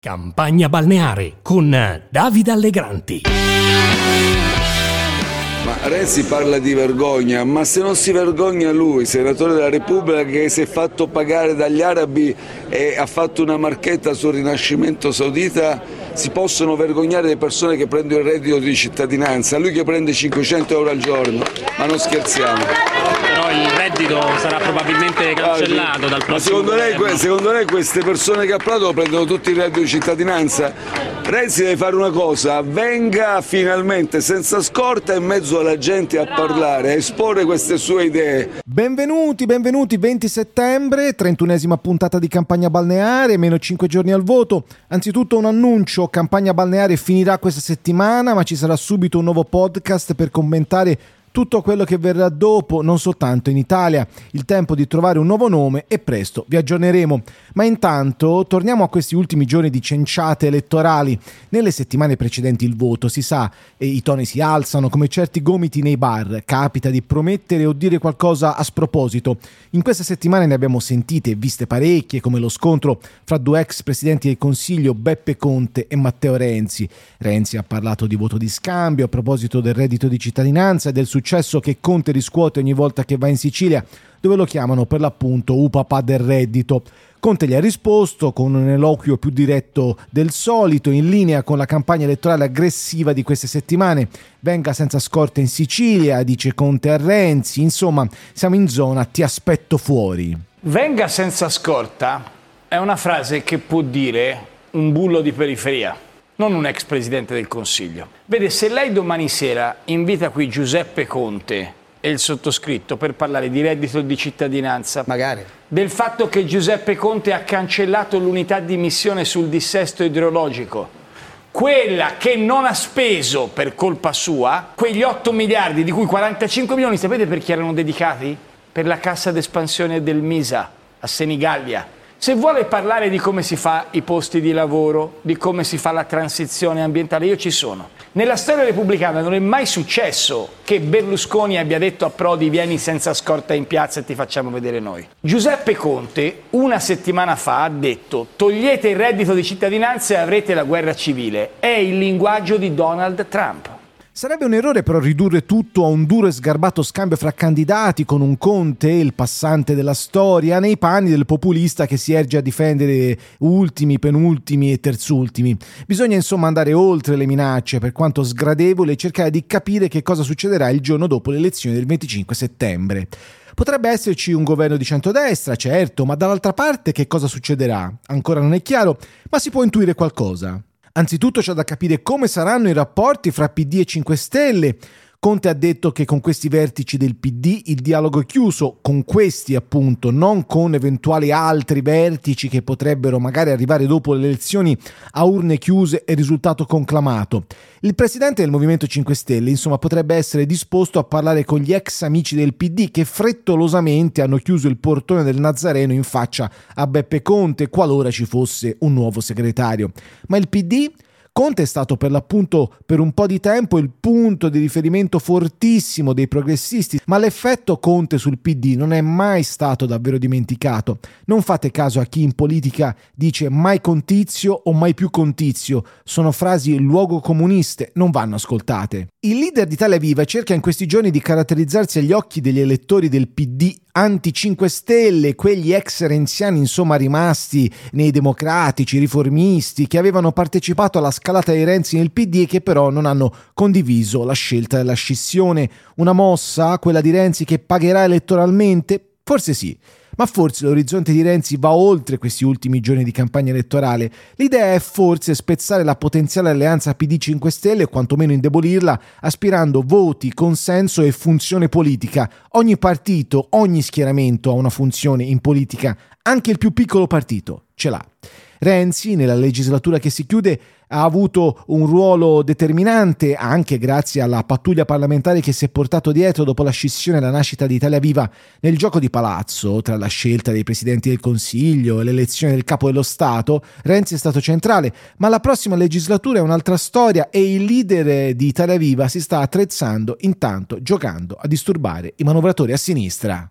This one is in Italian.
Campagna balneare con Davide Allegranti. Ma Renzi parla di vergogna, ma se non si vergogna lui, senatore della Repubblica, che si è fatto pagare dagli arabi e ha fatto una marchetta sul Rinascimento Saudita, si possono vergognare le persone che prendono il reddito di cittadinanza, lui che prende 500 euro al giorno, ma non scherziamo. Però il reddito sarà probabilmente cancellato dal prossimo Ma secondo lei queste persone che applaudono prendono tutti il reddito di cittadinanza? Renzi deve fare una cosa, venga finalmente senza scorta in mezzo alla gente a parlare, a esporre queste sue idee. Benvenuti, 20 settembre, 31esima puntata di Campagna Balneare, meno 5 giorni al voto. Anzitutto un annuncio, Campagna Balneare finirà questa settimana, ma ci sarà subito un nuovo podcast per commentare tutto quello che verrà dopo, non soltanto in Italia. Il tempo di trovare un nuovo nome e presto vi aggiorneremo. Ma intanto torniamo a questi ultimi giorni di cenciate elettorali. Nelle settimane precedenti il voto, si sa, e i toni si alzano come certi gomiti nei bar. Capita di promettere o dire qualcosa a sproposito. In queste settimane ne abbiamo sentite e viste parecchie, come lo scontro fra due ex presidenti del Consiglio, Beppe Conte e Matteo Renzi. Renzi ha parlato di voto di scambio a proposito del reddito di cittadinanza e del successo che Conte riscuote ogni volta che va in Sicilia, dove lo chiamano per l'appunto UPapà del reddito. Conte gli ha risposto con un eloquio più diretto del solito, in linea con la campagna elettorale aggressiva di queste settimane. Venga senza scorta in Sicilia, dice Conte a Renzi, insomma siamo in zona ti aspetto fuori. Venga senza scorta è una frase che può dire un bullo di periferia, non un ex presidente del Consiglio. Vede, se lei domani sera invita qui Giuseppe Conte e il sottoscritto per parlare di reddito di cittadinanza, magari del fatto che Giuseppe Conte ha cancellato l'unità di missione sul dissesto idrologico, quella che non ha speso per colpa sua, quegli 8 miliardi di cui 45 milioni, sapete per chi erano dedicati? Per la cassa d'espansione del MISA a Senigallia. Se vuole parlare di come si fa i posti di lavoro, di come si fa la transizione ambientale, io ci sono. Nella storia repubblicana non è mai successo che Berlusconi abbia detto a Prodi vieni senza scorta in piazza e ti facciamo vedere noi. Giuseppe Conte una settimana fa ha detto togliete il reddito di cittadinanza e avrete la guerra civile. È il linguaggio di Donald Trump. Sarebbe un errore però ridurre tutto a un duro e sgarbato scambio fra candidati con un Conte, il passante della storia, nei panni del populista che si erge a difendere ultimi, penultimi e terzultimi. Bisogna insomma andare oltre le minacce, per quanto sgradevole, e cercare di capire che cosa succederà il giorno dopo le elezioni del 25 settembre. Potrebbe esserci un governo di centrodestra, certo, ma dall'altra parte che cosa succederà? Ancora non è chiaro, ma si può intuire qualcosa. Anzitutto c'è da capire come saranno i rapporti fra PD e 5 Stelle. Conte ha detto che con questi vertici del PD il dialogo è chiuso, con questi appunto, non con eventuali altri vertici che potrebbero magari arrivare dopo le elezioni a urne chiuse e risultato conclamato. Il presidente del Movimento 5 Stelle insomma potrebbe essere disposto a parlare con gli ex amici del PD che frettolosamente hanno chiuso il portone del Nazareno in faccia a Beppe Conte qualora ci fosse un nuovo segretario. Ma il PD? Conte è stato per l'appunto per un po' di tempo il punto di riferimento fortissimo dei progressisti, ma l'effetto Conte sul PD non è mai stato davvero dimenticato. Non fate caso a chi in politica dice mai contizio o mai più contizio, sono frasi luogo comuniste, non vanno ascoltate. Il leader di Italia Viva cerca in questi giorni di caratterizzarsi agli occhi degli elettori del PD anti 5 Stelle, quegli ex renziani insomma rimasti nei democratici, riformisti, che avevano partecipato alla scalata di Renzi nel PD e che però non hanno condiviso la scelta della scissione. Una mossa, quella di Renzi, che pagherà elettoralmente? Forse sì. Ma forse l'orizzonte di Renzi va oltre questi ultimi giorni di campagna elettorale. L'idea è forse spezzare la potenziale alleanza PD-5 Stelle o quantomeno indebolirla, aspirando voti, consenso e funzione politica. Ogni partito, ogni schieramento ha una funzione in politica, anche il più piccolo partito ce l'ha. Renzi, nella legislatura che si chiude, ha avuto un ruolo determinante anche grazie alla pattuglia parlamentare che si è portato dietro dopo la scissione e la nascita di Italia Viva. Nel gioco di palazzo, tra la scelta dei presidenti del Consiglio e l'elezione del capo dello Stato, Renzi è stato centrale, ma la prossima legislatura è un'altra storia e il leader di Italia Viva si sta attrezzando, intanto giocando a disturbare i manovratori a sinistra.